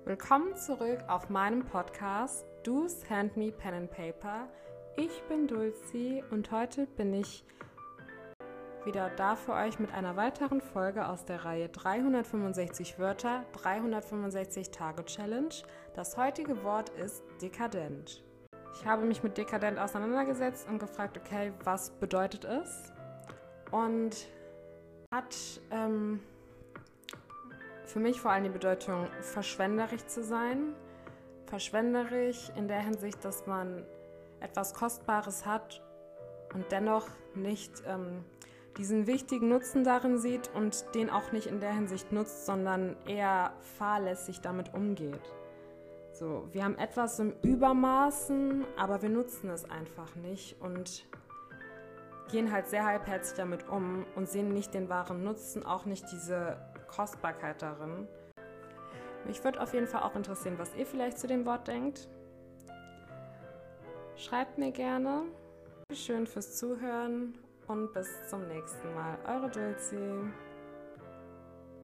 Willkommen zurück auf meinem Podcast Do's Hand Me Pen and Paper. Ich bin Dulci und heute bin ich wieder da für euch mit einer weiteren Folge aus der Reihe 365 Wörter, 365 Tage Challenge. Das heutige Wort ist dekadent. Ich habe mich mit dekadent auseinandergesetzt und gefragt, okay, was bedeutet es? Und hat für mich vor allem die Bedeutung, verschwenderisch zu sein. Verschwenderisch in der Hinsicht, dass man etwas Kostbares hat und dennoch nicht diesen wichtigen Nutzen darin sieht und den auch nicht in der Hinsicht nutzt, sondern eher fahrlässig damit umgeht. So, wir haben etwas im Übermaßen, aber wir nutzen es einfach nicht und gehen halt sehr halbherzig damit um und sehen nicht den wahren Nutzen, auch nicht diese Kostbarkeit darin. Mich würde auf jeden Fall auch interessieren, was ihr vielleicht zu dem Wort denkt. Schreibt mir gerne. Schön fürs Zuhören und bis zum nächsten Mal. Eure Dulci.